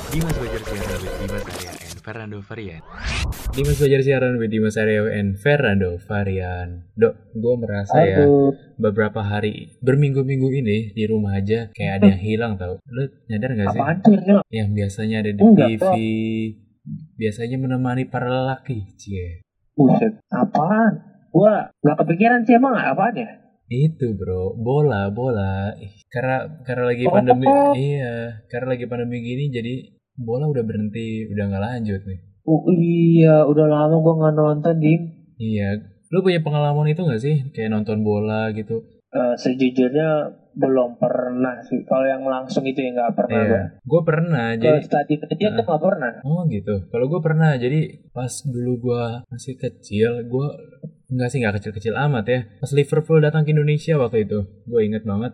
Dimas Fajar siaran with Dimas Arya and Fernando Varian. Dimas Fajar siaran with Dimas Arya and Fernando Varian. Dok, gue merasa ya Aduh, beberapa hari berminggu-minggu ini di rumah aja kayak ada yang hilang tau. Lu nyadar gak sih? apaan tuh? Nil? Yang biasanya ada di Enggak, TV, biasanya menemani para lelaki, cie. Buset, apaan? Gua nggak kepikiran sih emang apaan ya? Itu bro, bola. Karena lagi Oh. pandemi, iya, karena lagi pandemi gini jadi bola udah berhenti, udah nggak lanjut nih. Oh iya, udah lama gua nggak nonton, Dim. Iya, lu punya pengalaman itu nggak sih, kayak nonton bola gitu? Sejujurnya belum pernah sih. Kalau yang langsung itu ya nggak pernah gua. Iya, gue pernah. Ke Jadi, stadion aja tuh nggak pernah. oh gitu. Kalau gue pernah, jadi pas dulu gue masih kecil, gue nggak kecil-kecil amat ya. Pas Liverpool datang ke Indonesia waktu itu, gue inget banget.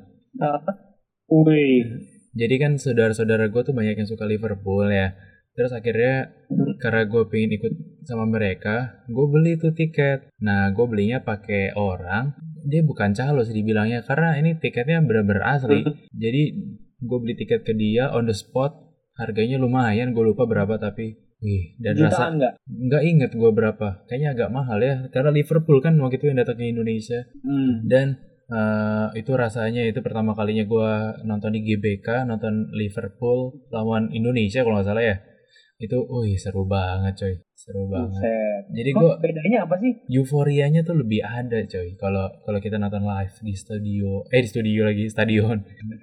Wih, Jadi kan saudara-saudara gue tuh banyak yang suka Liverpool ya. Terus akhirnya karena gue pengen ikut sama mereka, gue beli tuh tiket. Nah, gue belinya pakai orang. Dia bukan calo sih dibilangnya, karena ini tiketnya bener-bener asli. Jadi gue beli tiket ke dia on the spot. Harganya lumayan, gue lupa berapa tapi. Wih, dan jutaan nggak? nggak inget gue berapa. Kayaknya agak mahal ya, karena Liverpool kan waktu itu yang datang ke Indonesia. Dan itu rasanya itu pertama kalinya gue nonton di GBK, nonton Liverpool lawan Indonesia kalau nggak salah ya. Itu, seru banget coy, seru banget. Buset. Jadi Kok gue bedanya apa sih? euforianya tuh lebih ada coy. Kalau kita nonton live di stadion.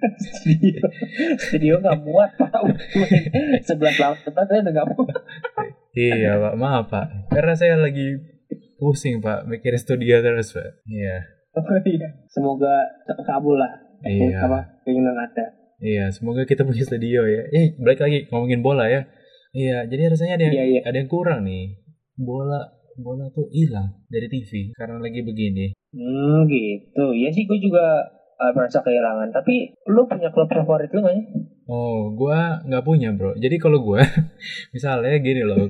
Studio nggak muat pak. 11 lawan depan saya udah nggak muat. Iya pak, maaf pak. Karena saya lagi pusing pak, mikirin studio terus pak. Iya. Oh iya. Semoga terkabul lah. Iya. Apa keinginan Anda? Iya, semoga kita punya studio ya. Balik lagi ngomongin bola ya. Iya, jadi rasanya Iya. ada yang kurang nih. Bola tuh hilang dari TV karena lagi begini. Gitu. Ya sih gue juga merasa kehilangan. Tapi lu punya klub favorit lu nggak ya? Oh, gua nggak punya bro. Jadi kalau gua, misalnya gini loh,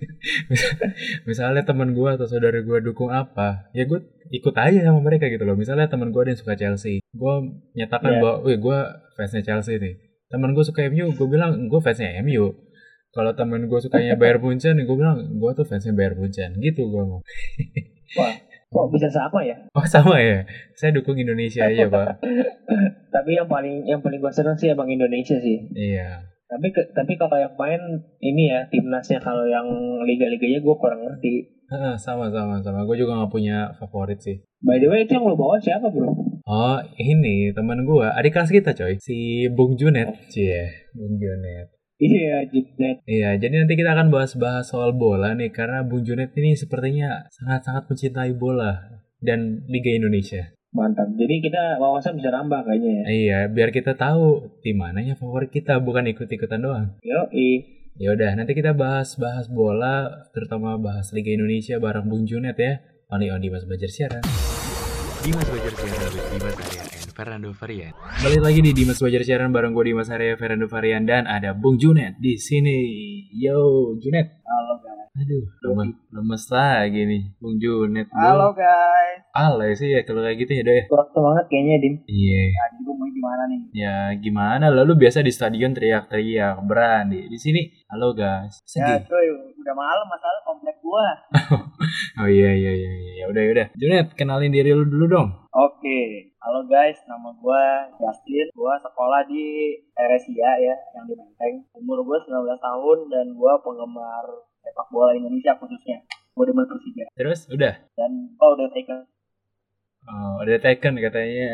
misalnya teman gua atau saudara gua dukung apa, ya gue ikut aja sama mereka gitu loh. Misalnya teman gua ada yang suka Chelsea, gua nyatakan bahwa, wih gua fansnya Chelsea nih. Teman gua suka MU, gue bilang gue fansnya MU. Kalau teman gue sukanya Bayern Munchen, gue bilang gue tuh fansnya Bayern Munchen. Gitu gue mau. Wah, kok bisa sama ya? Oh sama ya, saya dukung Indonesia aja pak. Tapi yang paling gue seneng sih emang Indonesia sih. Iya. Tapi kalau yang main ini ya timnasnya, kalau yang liga-liganya gue kurang ngerti. Sama. Gue juga nggak punya favorit sih. By the way, itu yang lo bawa siapa bro? Oh ini teman gue, adik kelas kita coy, si Bung Junet, Bung Junet. Iya, Junet. Iya, jadi nanti kita akan bahas soal bola nih, karena Bung Junet ini sepertinya sangat-sangat mencintai bola dan Liga Indonesia. Mantap. Jadi kita wawasan bisa nambah kayaknya ya. Iya, biar kita tahu di mananya favorit kita, bukan ikut-ikutan doang. Ya udah, nanti kita bahas bola, terutama bahas Liga Indonesia bareng Bung Junet ya. Only on Dimas Belajar Siaran. Dimas Fajar siaran with Dimas Arya and Fernando Varian. Balik lagi di Dimas Belajar Siaran bareng gue Dimas Arya, Fernando Varian, dan ada Bung Junet di sini. Yo, Junet. Halo guys. Aduh, lemes lagi nih, Bung Junet. Halo guys. Alay sih ya kalau kayak gitu ya, Doy. Kurang semangat kayaknya, Dim. Iya. Jadi gue mau gimana nih? Ya gimana, lalu biasa di stadion teriak-teriak, berani. Di sini, halo guys. Ya Sedih. cuy, udah malam masalah komplek gua. Oh iya. Ya udah. Junet, kenalin diri lu dulu dong. Oke, halo guys, nama gue Justin. Gue sekolah di RSIA ya, yang di Menteng. Umur gue 19 tahun dan gue penggemar sepak bola Indonesia khususnya. Gue demen Persija. Terus, udah? Dan udah taken. Oh, udah taken katanya.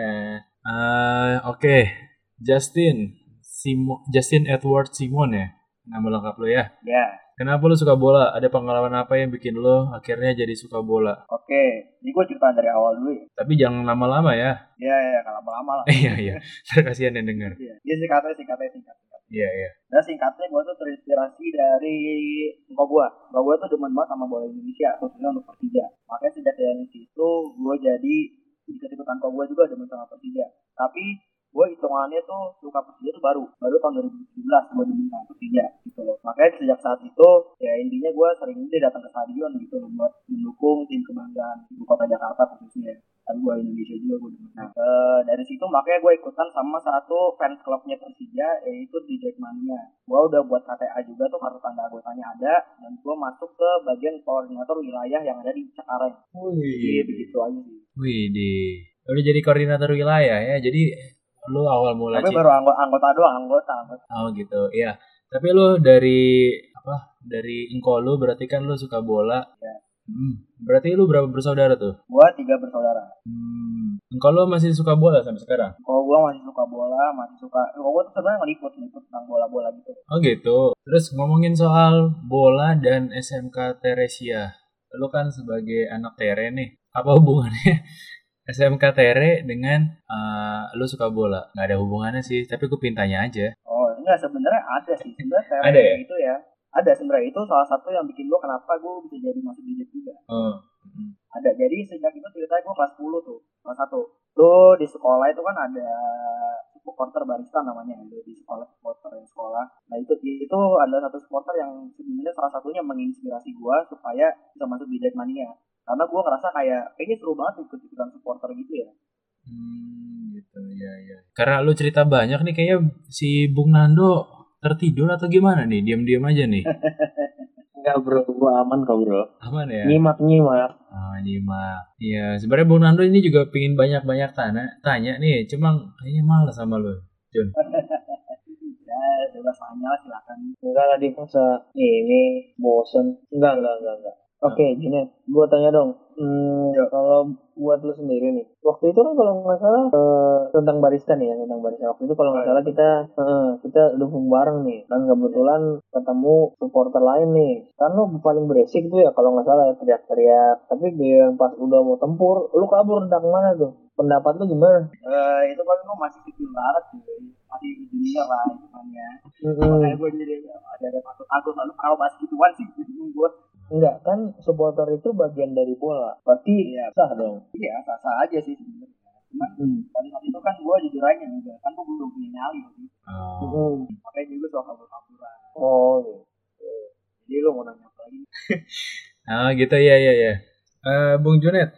Oke. Justin Edward Simon ya? Nama lengkap lu ya? Ya, Kenapa lu suka bola? Ada pengalaman apa yang bikin lu akhirnya jadi suka bola? oke. Ini gue cerita dari awal dulu ya. Tapi jangan lama-lama ya. Ya, kalau lama-lama lah. Iya. Kasihan yang denger. Iya, singkatnya. Iya. Nah singkatnya gue tuh terinspirasi dari engkau gue. Engkau gue tuh demen banget sama bola Indonesia, khususnya untuk Persija. Makanya sejak dari situ gue jadi ikut-ikutan engkau gue juga demen sama Persija. Tapi gue hitungannya tuh suka Persija tuh baru tahun 2017 gue demen sama Persija gitu loh. Makanya sejak saat itu ya intinya gue sering datang ke stadion gitu loh buat mendukung tim kebanggaan ibu kota Jakarta khususnya. Tapi gue Indonesia juga gue demen. Nah dari situ makanya gue ikutan sama satu fans klubnya Persija Persija, yaitu di Jackmania. Gue udah buat KTA juga tuh, kartu tanda anggotanya ada, dan gue masuk ke bagian koordinator wilayah yang ada di Cengkareng. Jadi begitu aja sih. Wih, lu jadi koordinator wilayah ya. Jadi lu awal mula Tapi baru anggota doang, anggota. Oh gitu, iya. Tapi lu dari Dari engkau lu berarti kan lu suka bola. Ya. Berarti lu berapa bersaudara tuh? Gue 3 bersaudara. Engkau lu masih suka bola sampai sekarang? Kalau gue masih suka bola, kalau gue tuh sebenarnya ngeliput tentang bola-bola gitu. Oh gitu. Terus ngomongin soal bola dan SMK Teresia. Lu kan sebagai anak Tere nih. Apa hubungannya SMK Tere dengan lu suka bola? Nggak ada hubungannya sih, tapi gue pintanya aja. Oh enggak, sebenarnya ada sih. Sebenarnya Tere Ada ya? itu ya. Ada sebenarnya, itu salah satu yang bikin gue kenapa gue bisa jadi masuk Dijet juga. Ada, jadi sejak itu ceritanya gue kelas 10 tuh, kelas 1 tuh di sekolah itu kan ada supporter barista namanya, di sekolah supporter yang sekolah. Nah itu ada satu supporter yang sebenarnya salah satunya menginspirasi gue supaya bisa masuk di Jackmania, karena gue ngerasa kayaknya seru banget ikut-ikutan supporter gitu ya. Gitu ya. Karena lu cerita banyak nih, kayaknya si Bung Nando tertidur atau gimana nih? Diam-diam aja nih. Enggak bro, gua aman kok bro. Aman ya? Nyimak. Oh, nyimak. Iya, sebenarnya Bung Nando ini juga pingin banyak-banyak tanya nih, cuma kayaknya malas sama lu, Jun. Ya, bebas tanya lah, silakan. Enggak lah, di masa ini bosen. Enggak. Oke, Junet, gua tanya dong. Kalau buat lu sendiri nih, waktu itu kan kalau nggak salah tentang barista nih ya, tentang barista. Waktu itu kalau nggak salah kita dukung bareng nih, dan kebetulan ketemu supporter lain nih. Kan lu paling beresik tuh ya kalau nggak salah ya, teriak-teriak. Tapi dia pas udah mau tempur, lu kabur dari mana tuh? Pendapat lu gimana? Itu kan gue masih kecil banget sih, masih junior lah itu kan ya. Makanya gue jadi ada takut lalu kalau bahas gituan sih gue. Enggak, kan supporter itu bagian dari bola. Berarti sah dong. Iya, sah aja sih sebenarnya. Cuma pada saat itu kan gue jujur aja juga, kan gue belum punya nyali sih. Makanya juga soal kabur-kaburan. Oh gitu. Jadi lu mau nanya apa lagi? Gitu ya. Bung Junet.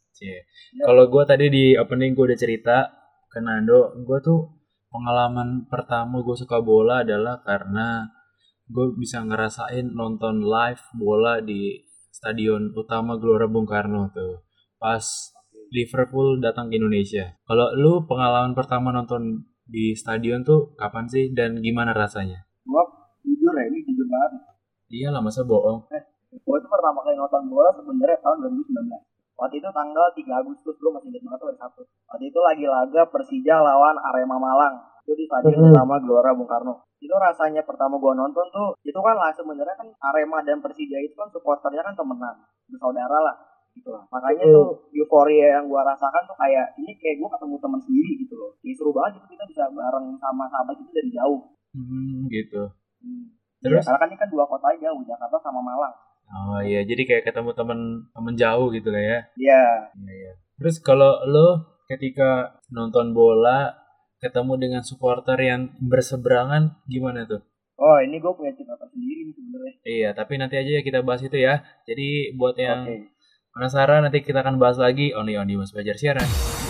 Kalau gue tadi di opening gue udah cerita ke Nando, gue tuh pengalaman pertama gue suka bola adalah karena gue bisa ngerasain nonton live bola di Stadion Utama Gelora Bung Karno tuh pas Liverpool datang ke Indonesia. Kalau lu pengalaman pertama nonton di stadion tuh kapan sih dan gimana rasanya? Gue jujur banget. Iyalah, masa bohong. Gue tuh pertama kali nonton bola sebenarnya tahun 2019. Waktu itu tanggal 3 Agustus, gue masih ingat banget tuh hari Sabtu. Waktu itu lagi laga Persija lawan Arema Malang. Itu di Stadion Utama Gelora Bung Karno. Itu rasanya pertama gue nonton tuh, itu kan lah sebenarnya kan Arema dan Persija itu kan supporternya kan temenan, bersaudara lah gitu lah. Makanya tuh euforia yang gue rasakan tuh kayak ini kayak gue ketemu teman sendiri gitu loh. Jadi seru banget gitu, kita bisa bareng sama sahabat itu dari jauh. Gitu. Terus? Ya, karena kan ini kan 2 kota jauh, Jakarta sama Malang. Oh iya, jadi kayak ketemu temen jauh gitu lah ya. Iya. Terus kalau lo ketika nonton bola ketemu dengan supporter yang berseberangan gimana tuh? Oh, ini gue punya cerita sendiri nih sebenarnya. Iya, tapi nanti aja kita bahas itu ya. Jadi buat yang penasaran, nanti kita akan bahas lagi only on Dimas Belajar Siaran.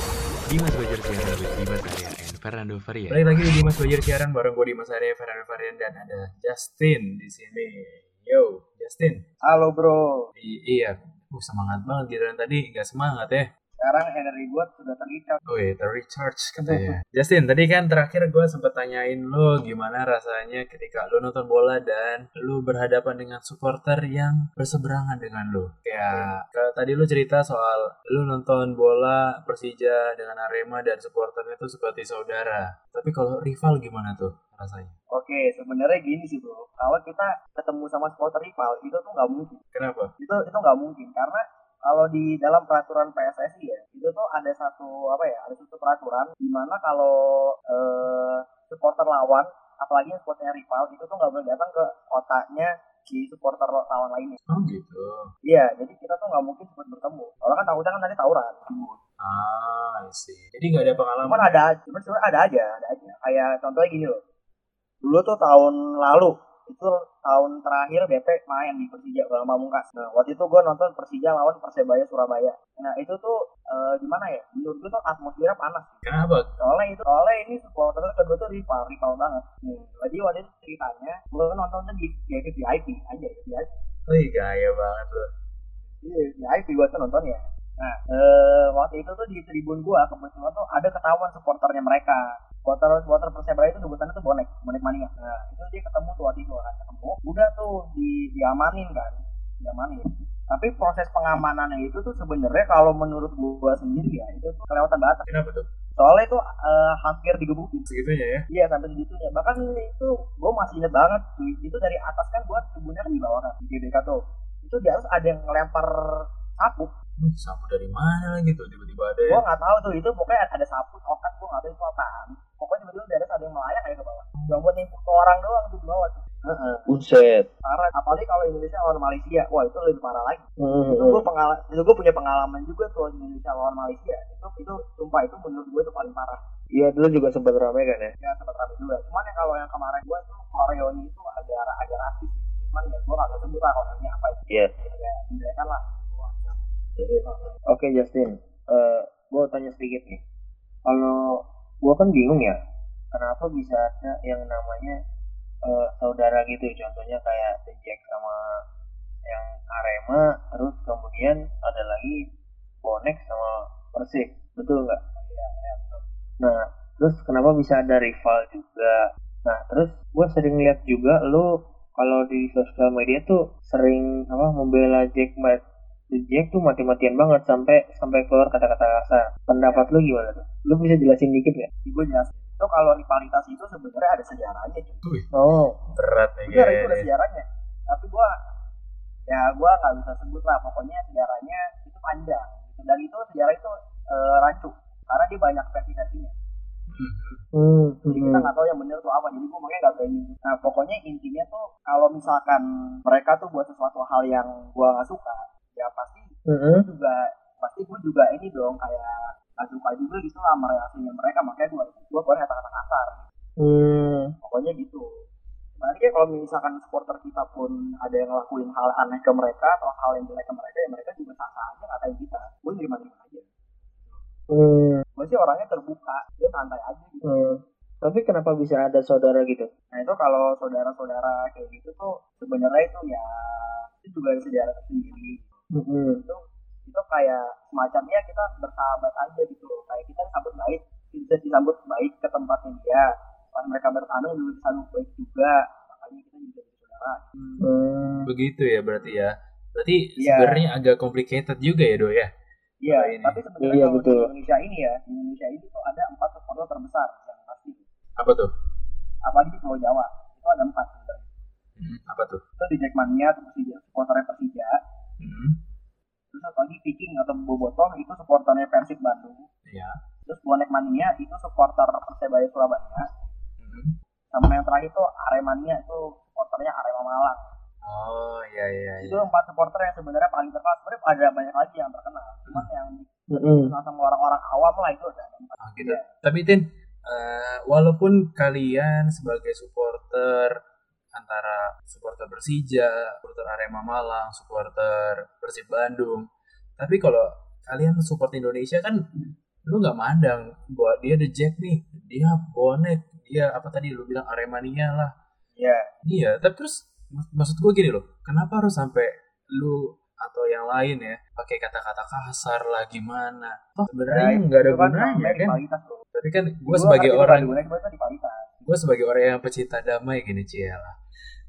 Dimas Belajar Siaran with Dimas Arya and Fernando Varian. Balik lagi di Dimas Belajar Siaran bareng gue Dimas Arya, Fernando Varian, dan ada Justin di sini. Yo, Justin. Halo bro. Iya, semangat banget gitu, tadi nggak semangat ya. Sekarang energi gue sudah tercharge. Oh iya, tercharge katanya. Justin, tadi kan terakhir gue sempat tanyain lo gimana rasanya ketika lo nonton bola dan lo berhadapan dengan supporter yang berseberangan dengan lo. Kayak tadi lo cerita soal lo nonton bola Persija dengan Arema dan supporternya itu seperti saudara. Tapi kalau rival gimana tuh rasanya? Oke, sebenarnya gini sih bro. Kalau kita ketemu sama supporter rival itu tuh nggak mungkin. Kenapa? Itu nggak mungkin karena kalau di dalam peraturan PSSI ya, itu tuh ada satu peraturan di mana kalau supporter lawan, apalagi supporternya rival, itu tuh nggak boleh datang ke kotanya si supporter lawan lainnya. Oh gitu. Iya, jadi kita tuh nggak mungkin sempat bertemu. Soalnya kan takutnya kan nanti tawuran. Sih. Jadi nggak ada pengalaman. Cuman sebenarnya ada aja. Kayak contohnya gini loh. Dulu tuh tahun lalu, itu tahun terakhir BP main di Persija Bambang Pamungkas. Nah, waktu itu gue nonton Persija lawan Persebaya Surabaya. Nah, itu tuh gimana ya? Menurut gue tuh atmosfernya panas. Kenapa? Soalnya ini supporter kedua tuh rival banget. Jadi waktu itu ceritanya, gue nontonnya di VIP aja ya, VIP. Wih, gaya banget loh. Iya, VIP gue tuh nontonnya. Nah, waktu itu tuh di tribun gue kebetulan tuh ada ketahuan supporternya mereka. Supporter Persebaya itu sebutannya tuh bonek mania. Nah, itu dia ketemu tuh waktu itu kan ketemu. Udah tuh diamanin. Tapi proses pengamanannya itu tuh sebenarnya kalau menurut gua sendiri ya itu tuh kelewatan batas. Kenapa tuh? Soalnya itu hampir digebukin. Segitunya ya? Iya sampai segitunya. Bahkan itu gua masih inget banget cuy. Itu dari atas kan gua tribunnya kan di bawah kan di GBK tuh. Itu di atas ada yang ngelempar sapu. Sapu dari mana gitu tiba-tiba ada ya? Gua nggak tahu tuh itu pokoknya ada sapu tokat gua nggak tahu itu apaan. Pokoknya tiba-tiba dari atas ada yang melayang kayak ke bawah. Cuma buat nimpuk ke orang doang tuh di bawah tuh. Buset. Parah, apalagi kalau Indonesia lawan Malaysia, wah itu lebih parah lagi. Itu gue punya pengalaman juga tuh Indonesia lawan Malaysia. Itu sumpah itu menurut gue itu paling parah. Iya dulu juga sempat ramai kan ya? Ya sempat ramai juga. Cuman yang kalau yang kemarin gue tuh koreonya itu agak rasis. Cuman ya gue nggak sebut lah koreonya apa itu. Iya. Agak menjelekan lah. Oke Justin, gue tanya sedikit nih. Kalau gue kan bingung ya, kenapa bisa ada yang namanya saudara gitu, contohnya kayak The Jack sama yang Arema, terus kemudian ada lagi Bonek sama Persik, betul nggak? Iya, betul. Nah, terus kenapa bisa ada rival juga? Nah, terus gue sering lihat juga lu kalau di sosial media tuh sering membela The Jack tuh mati-matian banget sampai keluar kata-kata kasar. Pendapat lu gimana tuh? Lu bisa jelasin dikit nggak? Gue jelasin. Itu kalau rivalitas itu sebenarnya ada sejarahnya cuy. Oh, berat nih. Bener, itu ada sejarahnya. Tapi gue nggak bisa sebut lah. Pokoknya sejarahnya itu panjang. Dan itu sejarah itu rancu karena dia banyak versi-versinya. Jadi kita nggak tahu yang benar tuh apa. Jadi gue makanya nggak berani. Nah pokoknya intinya tuh kalau misalkan mereka tuh buat sesuatu hal yang gue nggak suka, ya pasti gue juga ini dong kayak nggak suka juga gitu lah sama reaksinya mereka, makanya gue keluar kata-kata kasar. Pokoknya gitu. Sebenarnya kalau misalkan supporter kita pun ada yang ngelakuin hal aneh ke mereka atau hal yang jelek ke mereka, ya mereka juga sah-sah aja ngatain kita. Gue nerima-nerima aja. Gue sih orangnya terbuka, dia santai aja gitu. Tapi kenapa bisa ada saudara gitu? Nah itu kalau saudara-saudara kayak gitu tuh sebenarnya itu ya itu juga sejarah tersendiri. Itu kayak semacamnya kita bersahabat aja gitu loh, kayak kita bisa disambut baik ke tempatnya dia, pas mereka bertanding juga disambut baik juga, makanya kita juga jadi saudara. Begitu ya berarti sebenarnya agak complicated juga ya Do ya. Iya, tapi sebenarnya kalau di Indonesia ini tuh ada 4 supporter terbesar yang pasti. Apa tuh? Apalagi di Pulau Jawa itu ada 4 sebenarnya. Apa tuh? Itu di Jackmania tuh supporternya Persija. Terus satu lagi Viking atau Bobotoh itu supporternya Persib Bandung. Iya. Terus Bonek Mania itu supporter Persebaya Surabaya. Sama yang terakhir itu Aremania itu supporternya Arema Malang. Oh iya. Itu 4 supporter yang sebenarnya paling terkenal. Sebenarnya ada banyak lagi yang terkenal. Cuman yang sama orang-orang awam lah itu ada. Gitu. Tapi Tin, walaupun kalian sebagai supporter antara supporter Persija, supporter Arema Malang, supporter Persib Bandung, tapi kalau kalian support Indonesia kan lu nggak mandang bahwa dia The Jack nih, dia Bonek, dia apa tadi lu bilang Aremania lah. Iya, tapi terus maksud gue gini loh, kenapa harus sampai lu atau yang lain ya pakai kata-kata kasar lah gimana? Sebenarnya nggak ada gunanya kan? Tapi kan gue sebagai orang yang pecinta damai gini Ciela,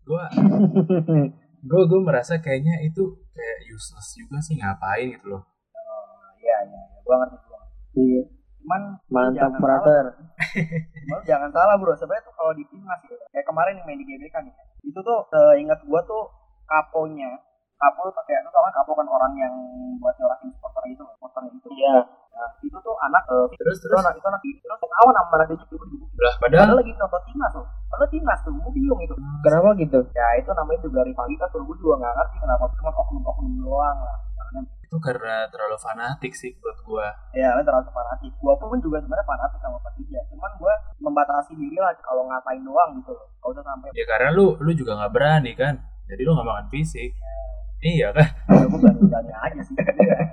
gue merasa kayaknya itu kayak useless juga sih, ngapain gitu loh. Iya, gue ngerti. Iya. Cuman mantap brother. Jangan salah bro, sebenarnya tuh kalau di timnas ya, kayak kemarin yang main di GBK nih, itu tuh ingat gue tuh kapo tuh kayak lu tau kan kapo kan orang yang buat nyorakin supporternya itu. Iya. Nah, itu tuh anak terus anak kawan sama dia juga lah padahal lagi nonton timnas tuh. Padahal timnas tuh gue bingung itu. Kenapa gitu? Ya itu namanya juga rivalitas, gue juga nggak ngerti kenapa cuma oknum doang lah. Itu karena terlalu fanatik sih buat gue. Ya terlalu fanatik. Gue pun juga sebenarnya fanatik sama Persija. Cuman gue membatasi diri lah kalau ngatain doang gitu loh. Kalau udah sampai. Ya karena lu juga nggak berani kan. Jadi lu nggak makan fisik. Iya kan? Ya gue berani aja sih.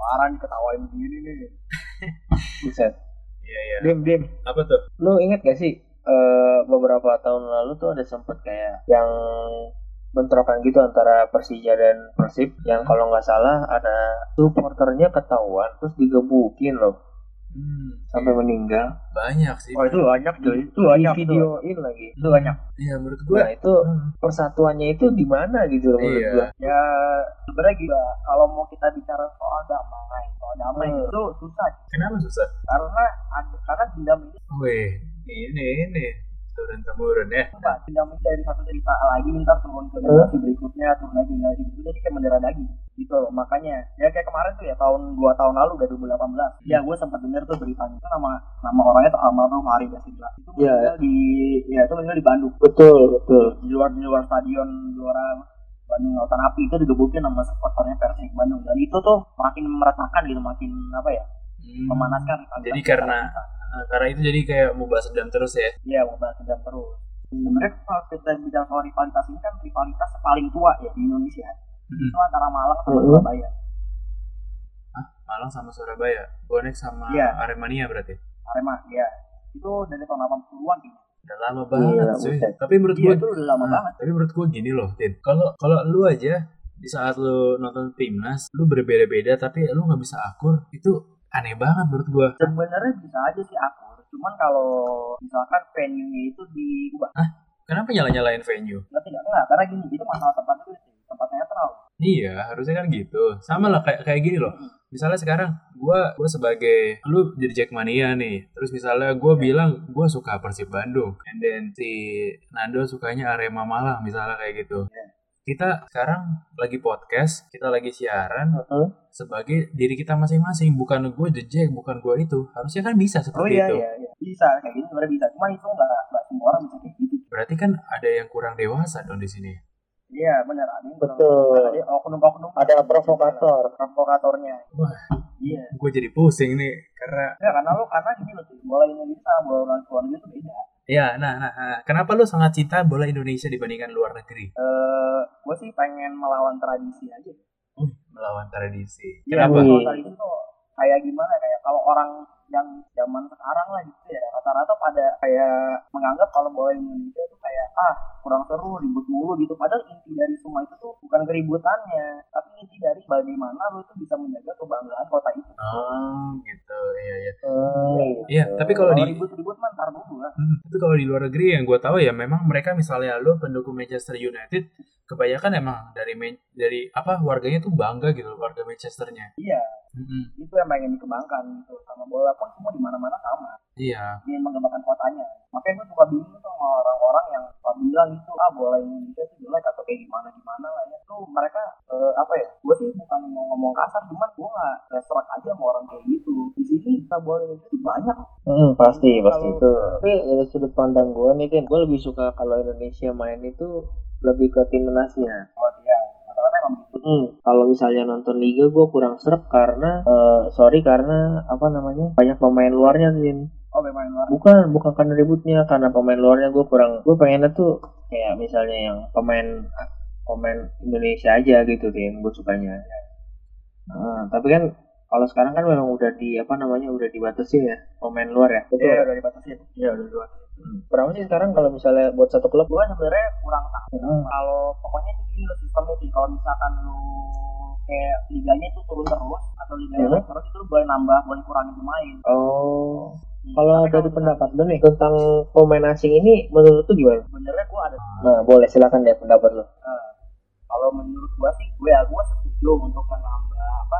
parah nih ketawain begini nih. Buset. Iya. Dim. Apa tuh? Lu inget gak sih beberapa tahun lalu tuh ada sempet kayak yang bentrokan gitu antara Persija dan Persib yang kalau nggak salah ada supporternya ketahuan terus digebukin loh sampai meninggal. Banyak sih. Oh itu banyak cuy, itu banyak Di videoin lagi. itu banyak. Iya menurut gue. Nah itu persatuannya itu di mana gitu loh menurut Iya. gua. Ya sebenarnya juga kalau mau kita bicara soal damai itu susah Kenapa susah? karena dendam ini Wih, ini turun temurun ya. dendam ini dari satu cerita lagi ntar turun ke generasi berikutnya turun lagi generasi berikutnya jadi kayak mendarah daging gitu loh. Makanya ya kayak kemarin tuh ya 2 tahun lalu udah 2018 ya gue sempat dengar tuh beritanya itu nama orangnya tuh almarhum Ari Basila itu meninggal di Bandung. Betul. Di luar stadion Gelora Bandung Lautan Api itu digebukin sama supporternya Persib Bandung dan itu tuh makin meratakan gitu, makin memanaskan. Jadi karena itu jadi kayak mau balas dendam terus ya. Iya, mau balas dendam terus. Sebenarnya kalau kita bicara soal rivalitas ini kan rivalitas paling tua ya di Indonesia. Itu antara Malang sama Surabaya. Malang sama Surabaya, Bonek sama Aremania berarti. Arema, ya. Itu dari tahun 80-an gitu. Udah lama banget cuy. Tapi menurut gue itu udah lama banget. Tapi menurut gue gini loh, Tin. Kalau lu aja di saat lu nonton timnas, lu berbeda-beda tapi lu nggak bisa akur, itu aneh banget menurut gue. Sebenarnya bisa aja sih akur. Cuman kalau misalkan venue-nya itu diubah. Kenapa nyalain venue? Ngerti nggak? Enggak, karena gini, itu masalah tempat itu sih. Tempat netral. Iya, harusnya kan gitu. Sama lah kayak gini loh. Misalnya sekarang gue sebagai lu jadi Jackmania nih, terus misalnya gue bilang gue suka Persib Bandung, and then si Nando sukanya Arema Malang misalnya kayak gitu. Kita sekarang lagi podcast, kita lagi siaran sebagai diri kita masing-masing, bukan gue The Jack, bukan gue itu. Harusnya kan bisa seperti itu. Iya. Bisa kayak gitu sebenarnya bisa. Cuma itu nggak semua orang bisa kayak gitu. Berarti kan ada yang kurang dewasa dong di sini. Iya benar, ada yang Betul. ada oknum-oknum, Ada provokatornya. Wah, iya. Gue jadi pusing nih karena karena gini loh, bola Indonesia bola luar negeri itu beda. ya, nah, kenapa lu sangat cinta bola Indonesia dibandingkan luar negeri? Gue sih pengen melawan tradisi aja. Melawan tradisi. Iya, Kenapa? melawan tradisi tuh kayak gimana, kayak kalau orang yang zaman sekarang lah gitu ya, rata-rata pada kayak menganggap kalau bola Indonesia tuh kayak kurang seru, ribut mulu gitu. Padahal inti dari semua itu tuh bukan keributannya, tapi inti dari bagaimana lu tuh bisa menjaga kebanggaan kota itu. Oh, gitu. Iya. Gitu. Iya, tapi kalau di ribut-ribut mah ntar dulu lah. tapi kalau di luar negeri yang gue tahu ya memang mereka misalnya lu pendukung Manchester United kebanyakan emang dari warganya tuh bangga gitu, warga Manchesternya. Iya. Itu yang pengen dikembangkan gitu. Sama bola pun semua di mana-mana sama. Iya. Ingin mengembangkan kotanya. Makanya gue suka bingung tuh sama orang-orang yang bilang itu bola Indonesia tuh jelek atau kayak gimana lah ya. Tuh mereka gue sih bukan mau ngomong kasar, cuman gue nggak serak aja sama orang kayak gitu. Di sini bola Indonesia tuh banyak. Pasti itu. Tapi dari sudut pandang gue nih, Tin, gue lebih suka kalau Indonesia main itu lebih ke timnasnya. Oh iya, rata-rata emang gitu. Kalau misalnya nonton liga gue kurang serap karena banyak pemain luarnya, Tin. Oh, pemain luar. Bukan karena ributnya, karena pemain luarnya gue pengennya tuh kayak misalnya yang pemain Indonesia aja gitu, Tin. Gue sukanya. Tapi kan kalau sekarang kan memang udah udah dibatasi ya pemain luar ya. Betul. Iya, udah dibatasi. Iya, udah dibatasi. Berapa sih sekarang kalau misalnya buat satu klub? Gue sebenarnya kurang tahu. Kalau pokoknya itu gini loh sistemnya sih. Kalau misalkan lu kayak liganya itu turun terus atau liganya naik terus, itu lu boleh nambah, boleh kurangin pemain. Oh. Kalau dari pendapat lu nih tentang pemain asing ini menurut lu gimana? Sebenarnya gue ada. Nah, boleh silakan deh pendapat lu. Kalau menurut gue sih, gue setuju untuk menambah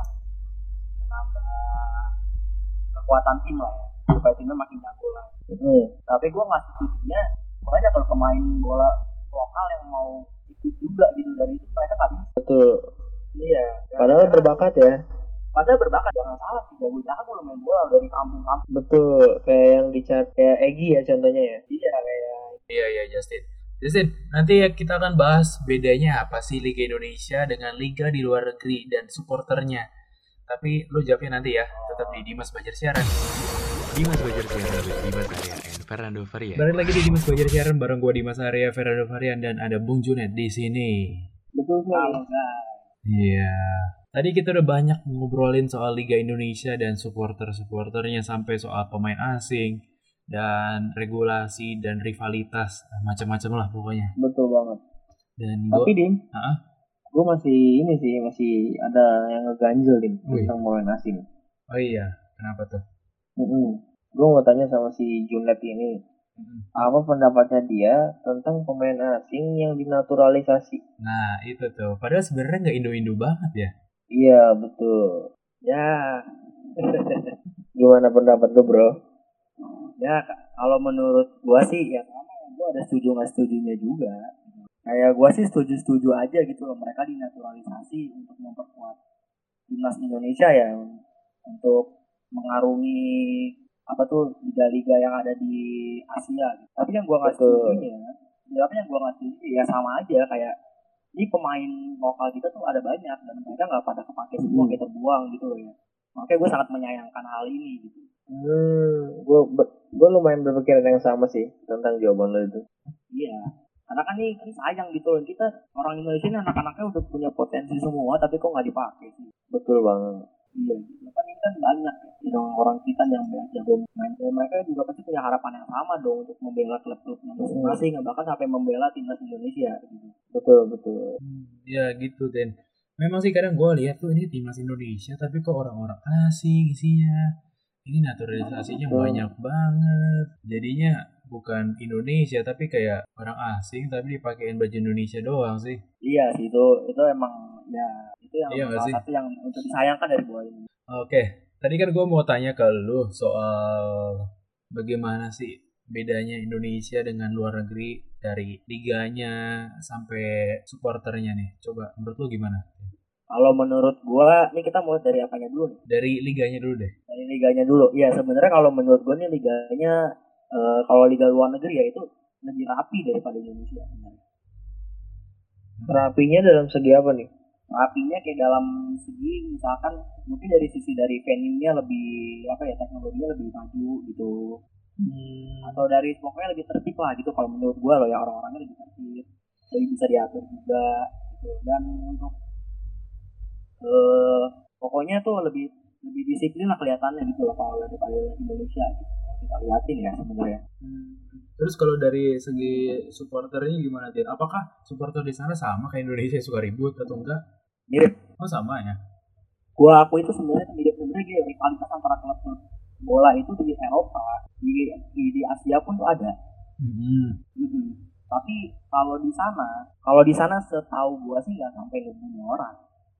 kekuatan tim lah ya, supaya timnya makin jago lah. Tapi gue nggak setujunya makanya kalau pemain bola lokal yang mau ikut juga gitu dari itu mereka nggak bisa. Betul. Iya. Padahal berbakat ya. Jangan salah sih, jago-jago lo main bola dari kampung-kampung. Betul. Kayak yang kayak Egy ya contohnya ya. Iya kayak. Iya Justin, nanti ya kita akan bahas bedanya apa sih Liga Indonesia dengan liga di luar negeri dan supporternya. Tapi lu jawabnya nanti ya, tetap di Dimas Bajar Siaran. Dimas Bajar Siaran with Dimas Arya and Fernando Varian. Balik lagi di Dimas Bajar Siaran bareng gua Dimas Arya, Fernando Varian, dan ada Bung Junet di sini. Betul sih. Kalau guys. Iya. Tadi kita udah banyak ngobrolin soal Liga Indonesia dan supporter-supporternya sampai soal pemain asing dan regulasi dan rivalitas macam-macam lah pokoknya. Betul banget. Dan Tapi Dim, Heeh. gue masih ada yang ngeganjel Dim tentang pemain asing. Oh iya, kenapa tuh? Gue mau tanya sama si Junet ini, apa pendapatnya dia tentang pemain asing yang dinaturalisasi? Nah itu tuh, padahal sebenarnya nggak Indo-Indo banget ya. Iya betul. Ya, Gimana pendapat lu bro? ya kalau menurut gua sih ya sama ya, gua ada setuju nggak setujunya juga. Kayak gua sih setuju aja gitu loh, mereka dinaturalisasi untuk memperkuat timnas Indonesia ya, untuk mengarungi apa tuh liga-liga yang ada di Asia. Tapi yang gua nggak setujunya, ya sama aja kayak ini pemain lokal kita tuh ada banyak dan mereka nggak pada kepake semua, kayak terbuang gitu loh ya. Makanya gue sangat menyayangkan hal ini gitu. Gue lumayan berpikiran yang sama sih tentang jawaban lo itu. Iya, karena kan ini kan sayang gitu loh, kita orang Indonesia ini anak-anaknya udah punya potensi semua tapi kok nggak dipakai sih. Betul banget. Iya, kan ini kan banyak ya, orang kita yang jago main, dan mereka juga pasti punya harapan yang sama dong untuk membela klub-klubnya masing-masing, bahkan sampai membela timnas Indonesia gitu. Betul. Ya gitu Den. Memang sih kadang gue lihat tuh ini timnas Indonesia tapi kok orang-orang asing isinya. Ini naturalisasinya banyak banget. Jadinya bukan Indonesia tapi kayak orang asing tapi dipakein baju Indonesia doang sih. Iya sih, itu emang ya itu yang Iya nggak salah sih? satu yang untuk disayangkan dari bola ini. Oke, tadi kan gue mau tanya ke lu soal bagaimana sih bedanya Indonesia dengan luar negeri dari liganya sampai supporternya nih. Coba menurut lu gimana? Kalau menurut gua, ini kita mulai dari apanya dulu nih? Dari liganya dulu deh. Dari liganya dulu. Ya sebenarnya kalau menurut gua nih liganya kalau liga luar negeri ya itu lebih rapi daripada Indonesia sebenarnya. Rapinya dalam segi apa nih? Rapinya kayak dalam segi misalkan mungkin dari sisi dari venue-nya lebih apa ya, teknologinya lebih maju gitu. Atau dari pokoknya lebih tertib lah gitu kalau menurut gua loh ya, orang-orangnya lebih tertib, lebih bisa diatur juga gitu. Dan untuk pokoknya tuh lebih disiplin lah kelihatannya gitu loh kalau daripada Indonesia gitu. Kita liatin ya sebenarnya. Terus kalau dari segi supporternya gimana Tin? Apakah supporter di sana sama kayak Indonesia suka ribut atau enggak? Mirip. Oh sama ya. Gua aku itu sebenarnya mirip gitu, rivalitas antara klub bola itu di Eropa, di Asia pun tuh ada. Tapi kalau di sana setahu gua sih nggak sampai ngebunuh orang.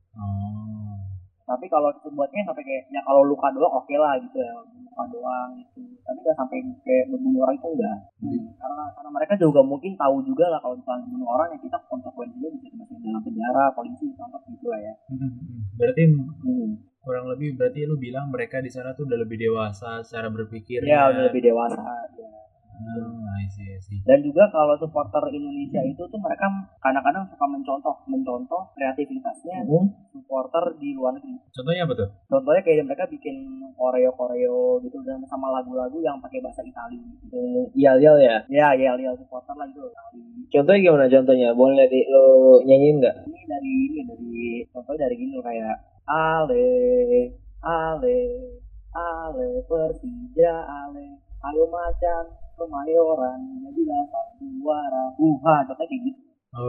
Tapi kalau buatnya sampai kayak ya kalau luka doang oke lah gitu ya, luka doang gitu. Tapi nggak sampai kayak ngebunuh orang itu enggak. Karena mereka juga mungkin tahu juga lah kalau misalnya ngebunuh orang ya kita konsekuensinya bisa dimasukin dalam penjara, polisi tangkap gitu lah ya. Berarti kurang lebih berarti lu bilang mereka di sana tuh udah lebih dewasa secara berpikir. Ya udah lebih dewasa. Ya. I see. Dan juga kalau supporter Indonesia itu tuh mereka kadang-kadang suka mencontoh kreativitasnya supporter di luar negeri. Contohnya apa tuh? Contohnya kayak mereka bikin koreo gitu dan sama lagu-lagu yang pakai bahasa Italia. Yal ya? Ya, yel supporter lah itu. Contohnya gimana contohnya? Boleh lo nyanyiin nggak? Ini dari contohnya dari gini kayak Ale Persija ale, ayo macan Kemayoran, jadilah sang juara. Contohnya kayak gitu.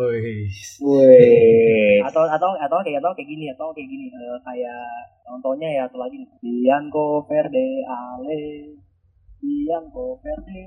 Atau kayak gini kayak contohnya ya atau lagi Bianco Verde Ale, Bianco Verde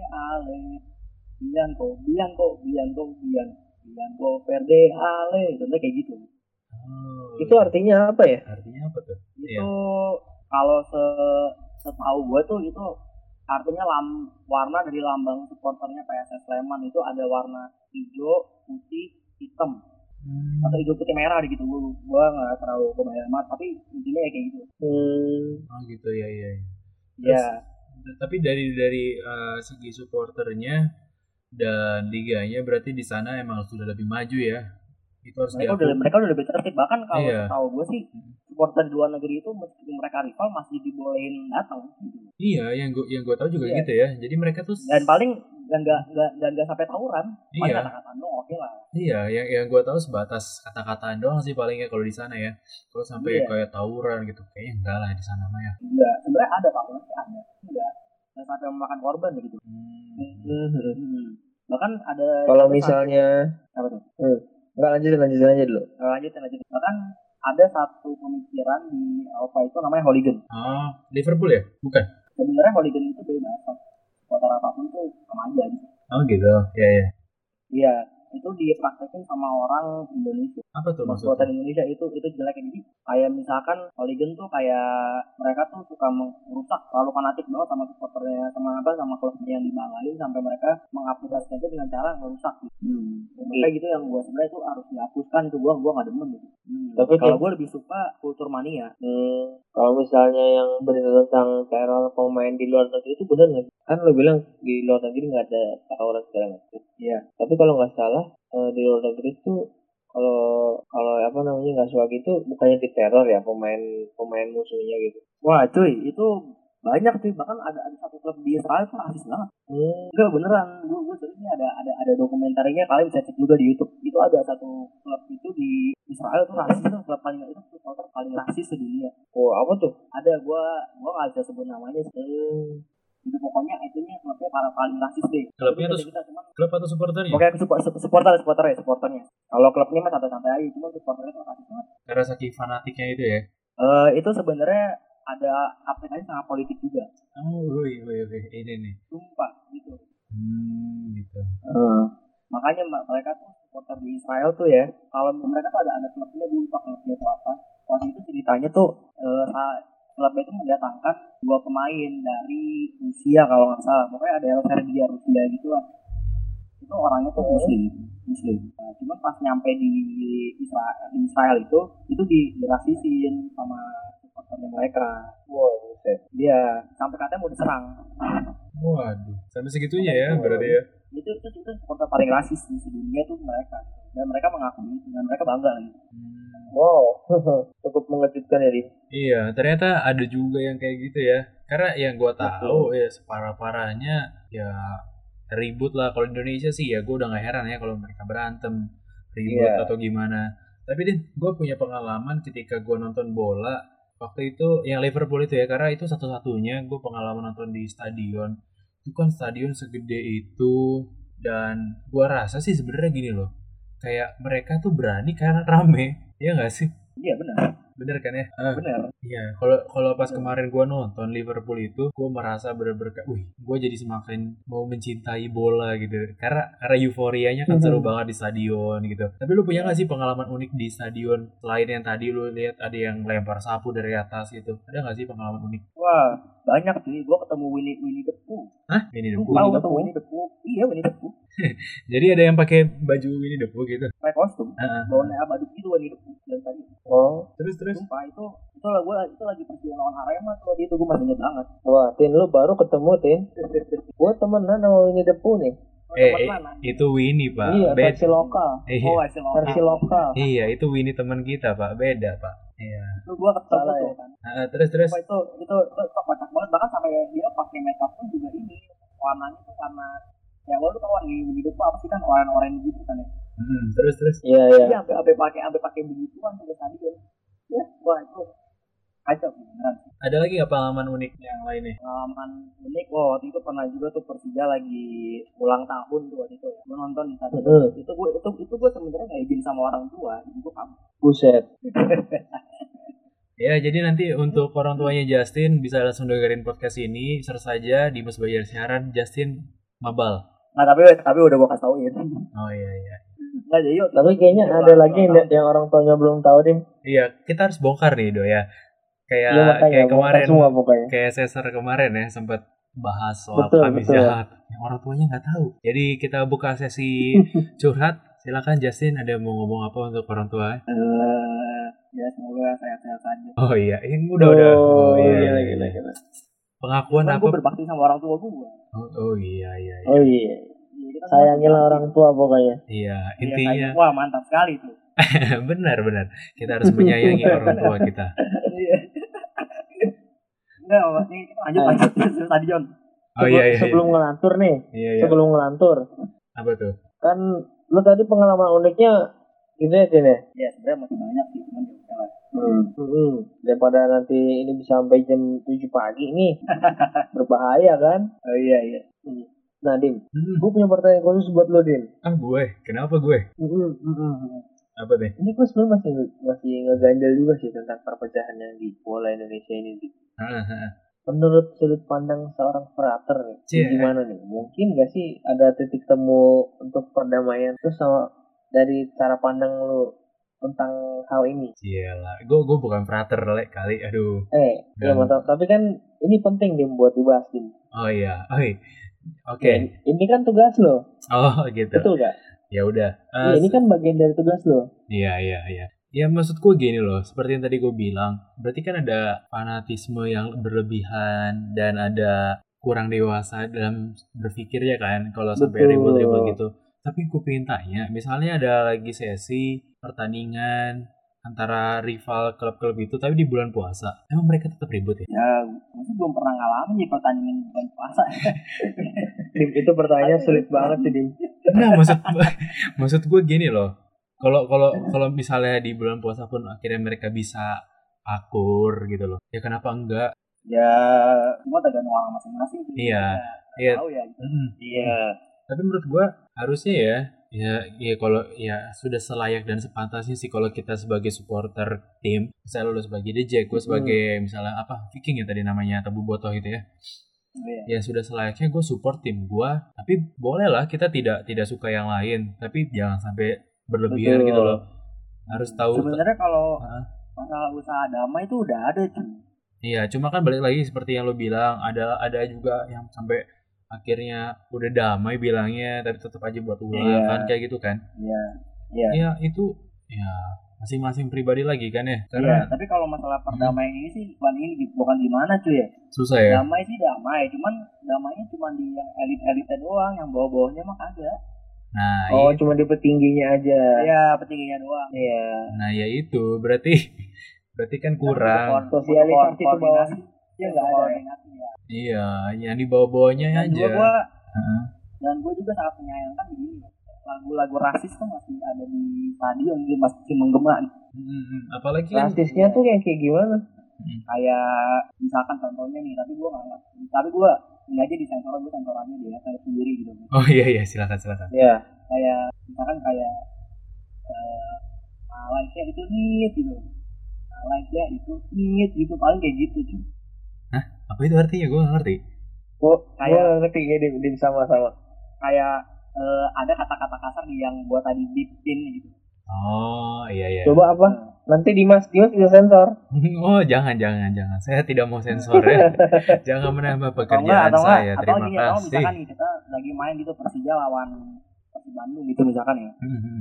Verde Ale, contohnya kayak gitu. Itu artinya apa ya? Artinya apa tuh? Itu kalau setahu gue tuh itu artinya warna dari lambang supporternya PSS Sleman itu ada warna hijau, putih, hitam atau hijau putih merah gitu. Gue nggak terlalu kebayang banget, tapi intinya ya kayak gitu. Oh gitu ya. Ya. Tapi dari segi supporternya dan liganya berarti di sana emang sudah lebih maju ya. Itu harus mereka udah lebih tertib, bahkan kalau tahu gue sih supporter di luar negeri itu meskipun mereka rival masih dibolehin datang gitu. Iya, yang gue tahu juga gitu ya. Jadi mereka tuh dan paling nggak sampai tawuran. Paling Iya. kata-kataan doang oke lah. Iya, yang gue tahu sebatas kata-kataan doang sih palingnya kalau di sana ya. Kalau sampai Iya. kayak tawuran gitu, kayaknya enggak lah di sana mah ya. Enggak, sebenarnya ada tawuran sih ada. Nggak sampai memakan korban gitu. Bahkan ada Kalau ada misalnya apa tuh? enggak lanjutin aja dulu. Lanjutin. Bahkan ada satu pemikiran di Eropa itu namanya hooligan. Oh, Liverpool ya? Bukan? Sebenarnya hooligan itu bebas. Supporter apapun tuh sama aja gitu. Oh gitu, ya ya. Iya, itu dipraktekin sama orang Indonesia. Apa tuh Supporter maksudnya? Indonesia itu jelek. Jadi kayak misalkan hooligan tuh kayak mereka tuh suka merusak, terlalu fanatik banget sama supporternya, sama klubnya yang dibanggain sampai mereka mengaplikasikan itu dengan cara merusak. Kayak gitu yang gue sebenarnya itu harus dihapuskan, itu gue nggak demen gitu. Tapi Kalau gue lebih suka kultur mania. Kalau misalnya yang berita tentang teror pemain di luar negeri itu benar nggak? Kan lo bilang di luar negeri nggak ada tawuran segala macam. Iya. Tapi kalau nggak salah di luar negeri itu kalau apa namanya nggak suka gitu bukannya diteror ya pemain musuhnya gitu. Wah cuy, itu banyak sih, bahkan ada satu klub di Israel tuh rasis banget. Enggak beneran, gue serius nih ada dokumentarnya, kalian bisa cek juga di YouTube. Itu ada satu klub itu di Israel tuh rasis, itu klub supporter paling rasis sedunia. Oh apa tuh? Ada, gue nggak bisa sebut namanya. Itu pokoknya itunya klubnya paling rasis deh. Klubnya Itu tuh kita cuman klub atau supporternya? pokoknya supporternya. Kalau klubnya mah santai aja, cuma supporternya tuh rasis banget. Karena saking fanatiknya itu ya. Itu sebenarnya ada aplikasi sama politik juga. Oh, woi, ini nih. Sumpah gitu. Gitu. Makanya mereka tuh supporter di Israel tuh ya, kalau mereka tuh ada klubnya, gue lupa klubnya itu apa. Waktu itu ceritanya tuh klubnya itu mendatangkan 2 pemain dari Rusia kalau nggak salah. Pokoknya ada Serbia, Rusia gitu lah. Itu orangnya tuh muslim. Nah, cuma pas nyampe di Israel itu dirasisin sama supporternya mereka. Wow, Dia sampai katanya mau diserang. Waduh, sampai segitunya ya berarti ya. Itu supporter paling rasis di sedunia tuh mereka, dan mereka mengakui itu dan mereka bangga gitu. Wow, cukup mengejutkan ya Di. Iya, ternyata ada juga yang kayak gitu ya. Karena yang gue tahu ya separah-parahnya ya ribut lah. Kalau di Indonesia sih ya gue udah gak heran ya kalau mereka berantem ribut atau gimana. Tapi Din, gue punya pengalaman ketika gue nonton bola waktu itu yang Liverpool itu ya, karena itu satu-satunya gue pengalaman nonton di stadion. Itu kan stadion segede itu, dan gue rasa sih sebenarnya gini loh, kayak mereka tuh berani karena rame, ya nggak sih? Iya Bener kan ya? benar. Iya, kalau pas kemarin gue nonton Liverpool itu, gue merasa bener-bener kayak, gue jadi semakin mau mencintai bola gitu. Karena euforianya kan seru banget di stadion gitu. Tapi lu punya nggak sih pengalaman unik di stadion selain yang tadi lu lihat ada yang lempar sapu dari atas gitu? Ada nggak sih pengalaman unik? Wah, banyak sih. Gue ketemu Winnie the Pooh. Hah? Winnie the Pooh? Tahu ketemu Winnie the Pooh? Iya, Winnie the Pooh. Jadi ada yang pakai baju Winnie the Pooh gitu? Pakai kostum. Bawaannya abaduk itu Winnie the Pooh dan tadi. Oh, Terus. Sumpah itu lah gue itu lagi persiapan lawan Arema tuh, itu gue masih inget banget. wah, Tin lu baru ketemu Tin. Gua temenan sama Winnie the Pooh nih. Itu Winnie Pak. Iya, Beda. versi lokal. Iya. Oh, Versi lokal. Iya, itu Winnie teman kita Pak. Beda Pak. Iya. Itu gue ketemu Salah tuh ya? kan. Terus. Wah, itu kocak banget, bahkan sampai dia pakai makeup pun juga ini warnanya tuh karena ya lo tuh kan di Winnie the Pooh apa sih kan oranye gitu kan ya. Terus. Iya. Dia sampai pakai begituan tuh ke stadion. Ya, wah itu kacau beneran. Ada lagi nggak pengalaman unik yang lainnya? Pengalaman unik, waktu itu pernah juga tuh Persija lagi ulang tahun tuh waktu itu ya. Gue nonton di stadion. Itu gue sebenarnya nggak izin sama orang tua, jadi gue kabur. Buset. Ya, jadi nanti untuk orang tuanya Justin bisa langsung dengerin podcast ini. Search saja di Mas Bayar Siaran Justin Mabal. Nah tapi udah gue kasih tauin. Oh iya. Nggak jadi. Tapi kayaknya ada lagi yang orang tuanya belum tahu Dim. Iya, kita harus bongkar nih Do ya. Iya, Kayak kemarin semua pokoknya. kayak Cesar kemarin ya sempat bahas soal Betul. kami jahat yang orang tuanya nggak tahu. Jadi kita buka sesi curhat. Silakan Justin, ada mau ngomong apa untuk orang tua? Ya semoga sehat-sehat saja. Oh iya, ini udah. Oh iya. Pengakuan Kan apa? gue berbakti sama orang tua gue. Oh iya. Oh iya. Sayangilah orang tua pokoknya. Iya, intinya. Wah mantap sekali tuh. benar. Kita harus menyayangi orang tua kita. Enggak, ini lanjut stadion. Oh iya iya. Sebelum ngelantur nih, Iya iya. sebelum ngelantur, Apa tuh? kan lu tadi pengalaman uniknya gitu ya, Din ya? Ya sebenarnya masih banyak sih, cuman ya udah lah. Daripada nanti ini bisa sampai jam 7 pagi nih, berbahaya kan? Oh iya. Nah, Dim, gue punya pertanyaan khusus buat lo, Dim. Ah gue, kenapa gue? Apa deh? Ini gue sebenarnya masih ngegandel juga sih tentang perpecahan yang di bola Indonesia ini, Dim. Menurut sudut pandang seorang frater nih, gimana nih? Mungkin gak sih ada titik temu untuk perdamaian? Terus sama dari cara pandang lo tentang hal ini? Iyalah, gue bukan frater kali, aduh. Ya mantap. Tapi kan ini penting Dim buat dibahas, Dim. Oh iya, oke. Ini kan tugas lo. Oh gitu. Betul gak? Ya udah. Ini kan bagian dari tugas lo. Iya. Ya maksudku gini loh, seperti yang tadi gue bilang, berarti kan ada fanatisme yang berlebihan dan ada kurang dewasa dalam berpikir ya kan, kalau sampai ribut-ribut gitu. Tapi gue pengen tanya, misalnya ada lagi sesi pertandingan antara rival klub-klub itu, tapi di bulan puasa, emang mereka tetap ribut ya? Ya, gue belum pernah ngalamin nih pertandingan di bulan puasa. Dim, itu pertanyaan sulit banget sih, Dim. Nah, maksud gue gini loh. Kalau misalnya di bulan puasa pun akhirnya mereka bisa akur gitu loh. Ya kenapa enggak? Ya, semua tergantung orang masing-masing. Iya. Tahu ya gitu. Iya. Tapi menurut gue harusnya ya kalau ya sudah selayak dan sepantasnya sih kalau kita sebagai supporter tim, misalnya lo sebagai DJ, gue sebagai misalnya Viking ya tadi namanya atau Bobotoh gitu ya. Ya sudah selayaknya gue support tim gue, tapi boleh lah kita tidak suka yang lain, tapi jangan sampai berlebihan gitu loh. Harus tahu. Sebenarnya kalau masalah usaha damai itu udah ada cuy. Iya, cuma kan balik lagi seperti yang lo bilang, ada juga yang sampai akhirnya udah damai bilangnya tapi tetap aja buat ulah kan kayak gitu kan. Iya. Ya itu ya masing-masing pribadi lagi kan ya. Karena tapi kalau masalah perdamaian ini sih bukan gimana cuy ya. Susah ya. Damai sih damai, cuman damainya cuma di yang elit-elitnya doang, yang bawah-bawahnya mah kagak. Nah, cuma di petingginya aja. Iya, petingginya doang. Iya. Nah, ya itu berarti kan kurang sosialisasi ke bawah. Iya, enggak ada. Iya, yang di bawah-bawahnya aja. Dan gue juga sangat menyayangkan begini. Lagu-lagu rasis tuh masih ada di stadion, gitu, masih menggema. Apalagi rasisnya tuh kayak gimana? Kayak misalkan contohnya nih, tapi gue nggak ngerti. Tapi gue ini aja di sensor aja deh, saya sendiri gitu. Oh iya, silakan. Iya. Kayak misalkan kayak Malaysia itu nit gitu. Malaysia itu nit gitu, paling kayak gitu cuy. Hah? Apa itu artinya? Gue nggak ngerti. Kayak ngerti ya, Dim sama-sama. Kayak ada kata-kata kasar yang buat tadi bipin gitu. Oh iya. Coba apa? Nanti Dimas bisa sensor. Oh jangan. Saya tidak mau sensor ya. Jangan menambah pekerjaan saya. Terima kasih. Atau misalkan nih kita lagi main gitu Persija lawan Persib Bandung gitu misalkan ya.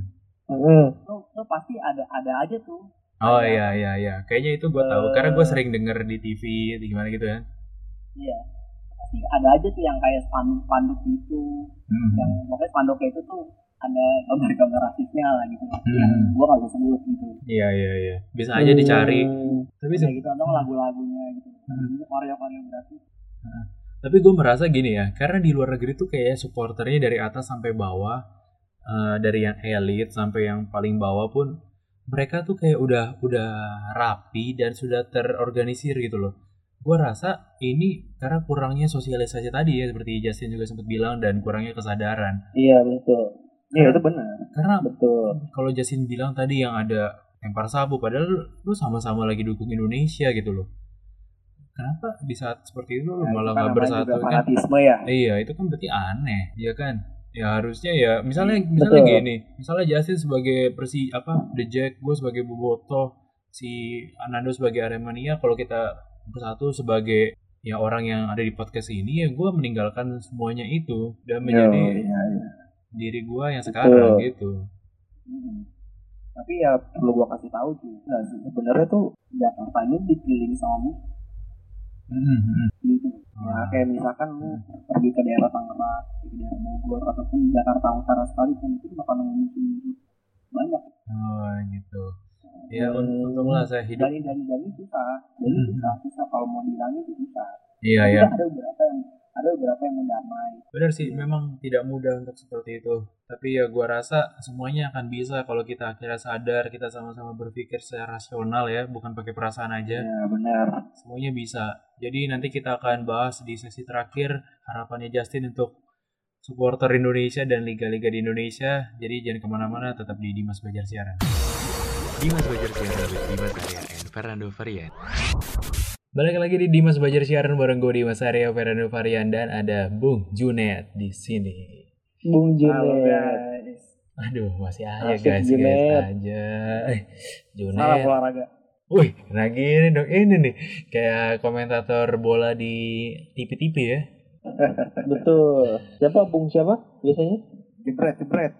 Lo pasti ada aja tuh. Oh iya. Kayaknya itu gue tahu karena gue sering denger di TV gimana gitu kan. Iya. Pasti ada aja tuh yang kayak spanduk gitu. Yang pokoknya spanduknya itu tuh ada gambar-gambar rasisnya lah gitu. Yang gue gak bisa sebut gitu. Iya. Bisa aja dicari. Tapi gitu atau lagu-lagunya gitu. Koreografi. Tapi gue merasa gini ya, karena di luar negeri tuh kayak supporternya dari atas sampai bawah, dari yang elit sampai yang paling bawah pun mereka tuh kayak udah rapi dan sudah terorganisir gitu loh. Gue rasa ini karena kurangnya sosialisasi tadi ya, seperti Justin juga sempat bilang, dan kurangnya kesadaran. Iya betul. Iya itu benar. Karena betul. Kalau Justin bilang tadi yang ada lempar sabu, padahal lu sama-sama lagi dukung Indonesia gitu loh. Kenapa di saat seperti itu lu malah nggak bersatu kan? Ya? Iya itu kan berarti aneh, ya kan? Ya harusnya ya misalnya gini, misalnya Justin sebagai The Jack, gue sebagai Bobotoh, si Anando sebagai Aremania, kalau kita bersatu sebagai ya orang yang ada di podcast ini, ya gue meninggalkan semuanya itu dan menjadi diri gue yang sekarang gitu. Tapi ya perlu gue kasih tahu sih, sebenarnya tuh Jakarta ini dikelilingi sama musuh. Gitu. Ya kayak misalkan lu pergi ke daerah Tangerang, ke daerah Bogor ataupun Jakarta Utara sekalipun itu bakal nemu musuh banyak. Oh gitu. Ya untunglah saya hidup. Dari susah. Susah kalau mau dihilangin itu susah. Iya. Ada ada beberapa yang mau damai. Benar sih, memang tidak mudah untuk seperti itu. Tapi ya gua rasa semuanya akan bisa kalau kita akhirnya sadar, kita sama-sama berpikir secara rasional ya, bukan pakai perasaan aja. Ya benar. Semuanya bisa. Jadi nanti kita akan bahas di sesi terakhir harapannya Justin untuk supporter Indonesia dan liga-liga di Indonesia. Jadi jangan kemana-mana, tetap di Dimas Bajar Siaran. Dimas Bajar Siaran with Dimas Arya and Fernando Varian. Balik lagi di Dimas Bajar Siaran bareng gue Dimas Arya, Fernando Varian, dan ada Bung Junet di sini. Bung Halo Junet. guys. Aduh, masih aja Asik, guys Junet. aja. Salam Junet. olahraga. Wih, nah gini dong, ini nih kayak komentator bola di TV-TV ya. Betul. Siapa Bung siapa biasanya? Jebret.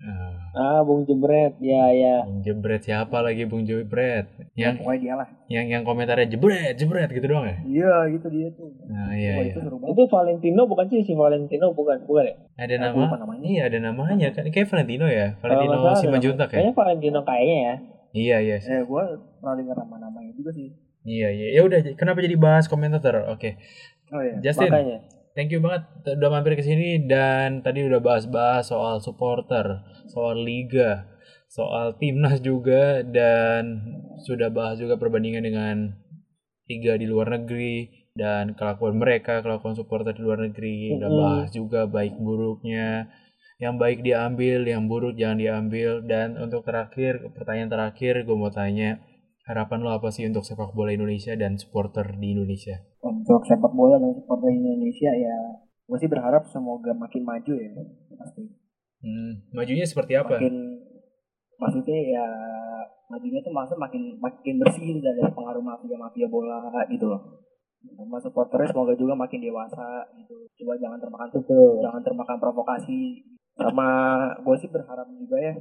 Bung Jebret. Ya. Bung Jebret siapa lagi Bung Jebret? Yang Pokoknya dia lah. yang komentarnya jebret gitu doang ya? Iya gitu dia tuh. Nah, Wah, iya. itu seru banget. Itu Valentino bukan sih si Valentino bukan ya? Ada Aku lupa nama? namanya. Iya, ada namanya kan. Kayak Valentino ya. Kalau nggak Valentino salah ada Simanjuntak ya. Kayaknya Valentino kayaknya ya. Iya. Gue pernah dengar nama-namanya juga sih. Iya. Ya udah, kenapa jadi bahas komentator? Oke. Oh iya. Justin, Makanya. thank you banget udah mampir ke sini dan tadi udah bahas-bahas soal supporter, soal liga, soal timnas juga, dan sudah bahas juga perbandingan dengan liga di luar negeri dan kelakuan supporter di luar negeri. Udah bahas juga baik buruknya, yang baik diambil, yang buruk jangan diambil. Dan untuk pertanyaan terakhir gue mau tanya, harapan lo apa sih untuk sepak bola Indonesia dan supporter di Indonesia? Untuk sepak bola dan supporter Indonesia ya, gue sih berharap semoga makin maju ya pasti. Majunya seperti apa? Maksudnya ya majunya tuh makin bersih gitu dari pengaruh mafia bola gitu loh. Sama supporternya semoga juga makin dewasa gitu. Coba jangan termakan provokasi. Sama gue sih berharap juga ya,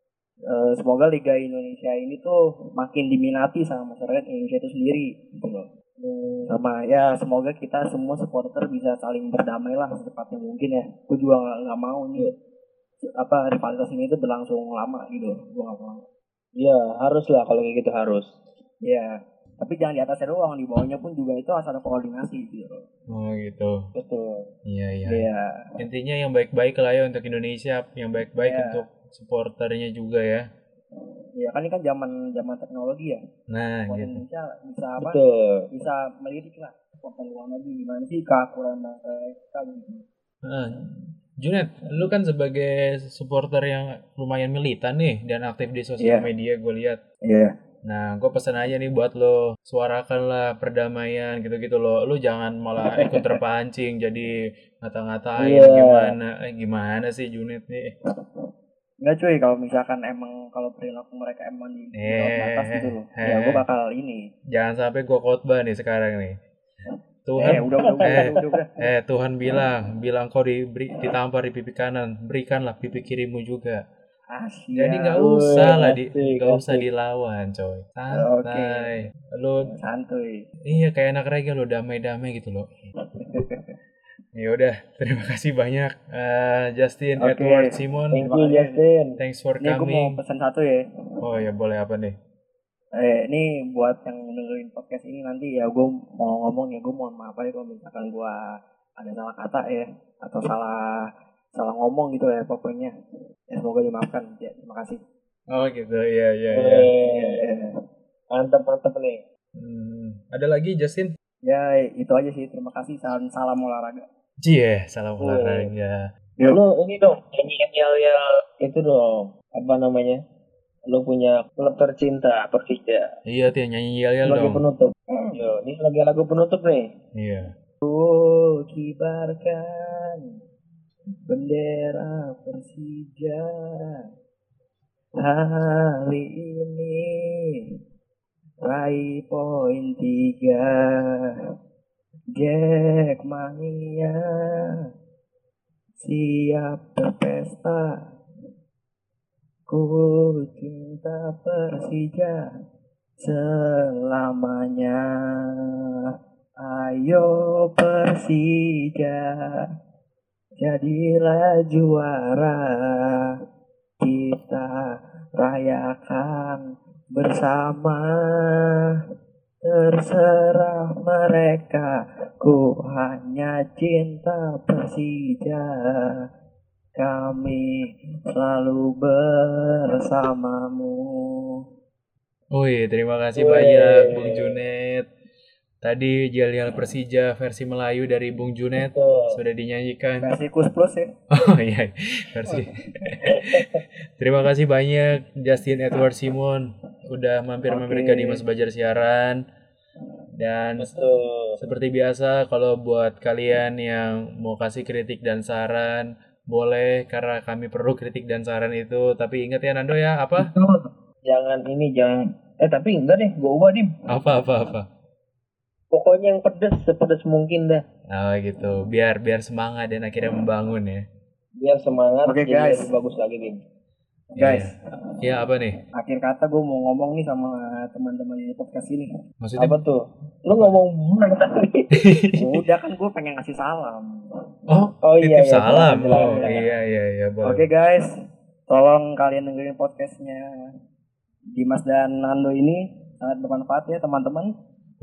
semoga Liga Indonesia ini tuh makin diminati sama masyarakat Indonesia itu sendiri gitu loh. Sama ya semoga kita semua supporter bisa saling berdamai lah secepatnya mungkin ya. Gue juga nggak mau nih rivalitas ini tuh berlangsung lama gitu. Gue nggak mau. Iya harus lah kalau kayak gitu harus. Ya tapi jangan di atasnya doang, di bawahnya pun juga itu harus ada koordinasi gitu. Oh gitu. Betul. Iya. Intinya yang baik-baik lah ya untuk Indonesia, yang baik-baik untuk supporternya juga ya. Ya kan ini kan zaman teknologi ya. Nah, supporter gitu. Indonesia bisa apa? Betul. Bisa melirik lah supporter luar negeri gimana sih keakuran mereka gitu. Junet, lu kan sebagai supporter yang lumayan militan nih dan aktif di sosial media gue lihat. Iya. Nah, gue pesan aja nih buat lo, suarakanlah perdamaian gitu-gitu lo. Lu jangan malah ikut terpancing jadi ngata-ngatain gimana sih Junet nih. Enggak cuy, kalau misalkan kalau perilaku mereka emang di batas gitu loh. Ya gue bakal ini. Jangan sampai gue khotbah nih sekarang nih. Tuhan udah. Tuhan bilang kau ditampar di pipi kanan, berikanlah pipi kirimu juga. Asyik. Jadi nggak usah dilawan, coy. Santai. Lu santuy. Iya, kayak anak reggae lo, damai-damai gitu loh. Ya udah, terima kasih banyak Justin Edward Simon. Thank you Justin. Thanks for coming. Ini gue mau pesan satu ya. Oh ya, boleh apa nih? Ini buat yang dengerin podcast ini nanti ya, gue mau ngomong ya, gue mohon maaf aja kalau misalkan gue ada salah kata ya, atau salah ngomong gitu ya pokoknya. Ya semoga dimaafkan. Ya, terima kasih. Oh gitu, iya. Mantap nih. Ada lagi Justin? Ya itu aja sih, terima kasih. Salam olahraga. Salam olahraga. Lu ini dong, nyanyi-nyanyi itu dong, apa namanya? Lu punya klub tercinta Persija. Iya, tuh nyanyi yel-yel dong. Lagu penutup. Yo, ini lagi lagu penutup nih. Iya. Kibarkan bendera Persija hari ini, raih poin 3. Jackmania siap berpesta. Ku cinta Persija selamanya. Ayo Persija, jadilah juara. Kita rayakan bersama. Terserah mereka, ku hanya cinta Persija, kami selalu bersamamu. Wih, terima kasih banyak Bung Junet. Tadi Yel-Yel Persija versi Melayu dari Bung Junet sudah dinyanyikan. Versi Kus Plus ya. Oh iya, versi. Terima kasih banyak Justin Edward Simon udah mampir-mampir ke Dimas Belajar Siaran. Dan seperti biasa, kalau buat kalian yang mau kasih kritik dan saran, boleh, karena kami perlu kritik dan saran itu. Tapi ingat ya Nando ya, apa? Jangan tapi enggak deh, gue ubah Dim. Apa? Pokoknya yang sepedes mungkin dah. Oh gitu, biar semangat dan akhirnya membangun ya. Biar semangat. Oke, jadi guys. lebih bagus lagi Dim. Guys, Iya, apa nih? akhir kata gue mau ngomong nih sama teman-teman di podcast ini. Maksudnya? Apa tuh? Lu ngomong tadi. Udah kan gue pengen ngasih salam. Oh iya, Titip salam. jelas. Iya, boleh. Oke guys, tolong kalian dengerin podcastnya Dimas dan Nando ini, sangat bermanfaat ya teman-teman.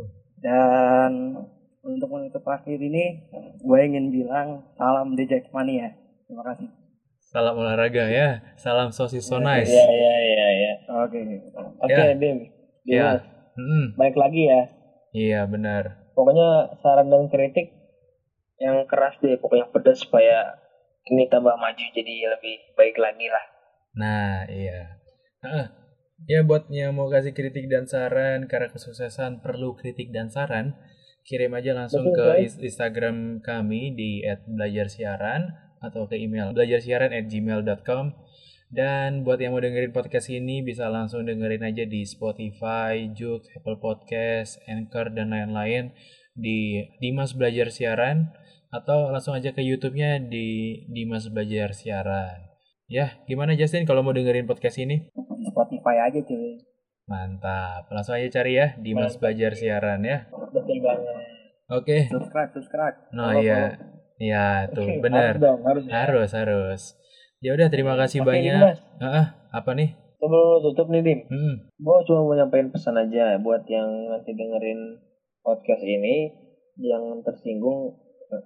Dan untuk menutup akhir ini, gue ingin bilang salam The Jackmania. Terima kasih. Salam olahraga ya. Salam sosis so nice. Iya. Oke. Oke, Ya. Dim. Ya. Dimas, balik lagi ya. Iya, benar. Pokoknya saran dan kritik yang keras deh, pokoknya pedas supaya ini tambah maju jadi lebih baik lagi lah. Nah, iya. Ya buat yang mau kasih kritik dan saran, karena kesuksesan perlu kritik dan saran, kirim aja langsung Betul, ke guys. Instagram kami di @belajarsiaran atau ke email belajarsiaran@gmail.com. Dan buat yang mau dengerin podcast ini bisa langsung dengerin aja di Spotify, Joox, Apple Podcast, Anchor, dan lain-lain di Dimas Belajar Siaran, atau langsung aja ke YouTube-nya di Dimas Belajar Siaran. Ya, gimana Justin kalau mau dengerin podcast ini? Di Spotify aja cuy. Mantap, langsung aja cari ya Dimas Belajar Siaran ya. Betul banget. Oke. Subscribe. Nah iya, iya tuh Oke, benar. harus dong. Harus. Ya udah, terima kasih Oke, banyak. Dimas. Apa nih? Sebelum lu tutup nih Dim, Hmm. gue cuma mau nyampein pesan aja buat yang nanti dengerin podcast ini, yang tersinggung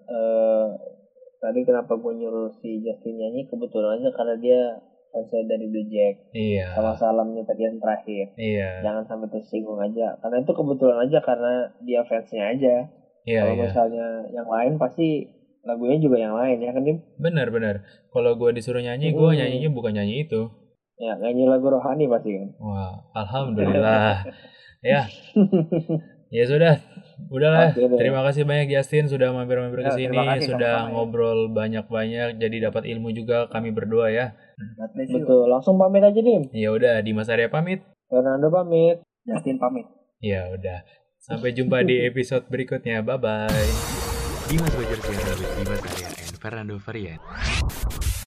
tadi kenapa gue nyuruh si Justin nyanyi, kebetulan aja karena dia fansnya dari The Jack. Iya. Sama salamnya tadi yang terakhir. Iya. Jangan sampai tersinggung aja, karena itu kebetulan aja karena dia fansnya aja. Iya. Kalau misalnya yang lain pasti lagunya juga yang lain ya kan Dim? Benar. Kalau gue disuruh nyanyi, gue nyanyinya bukan nyanyi itu. Ya nyanyi lagu rohani pasti kan. Wah, alhamdulillah. Ya. Ya sudah. Udahlah. Oke deh. Terima kasih banyak Justin sudah mampir-mampir ke Ya, sini, terima kasih, sudah sama-sama ya. ngobrol banyak-banyak, jadi dapat ilmu juga kami berdua ya. God bless you. Betul, langsung pamit aja Dim. Ya udah, Dimas Arya pamit. Fernando pamit. Justin pamit. Ya udah. Sampai jumpa di episode berikutnya. Bye bye. Dimas Belajar Siaran with Dimas Arya and Fernando Varian.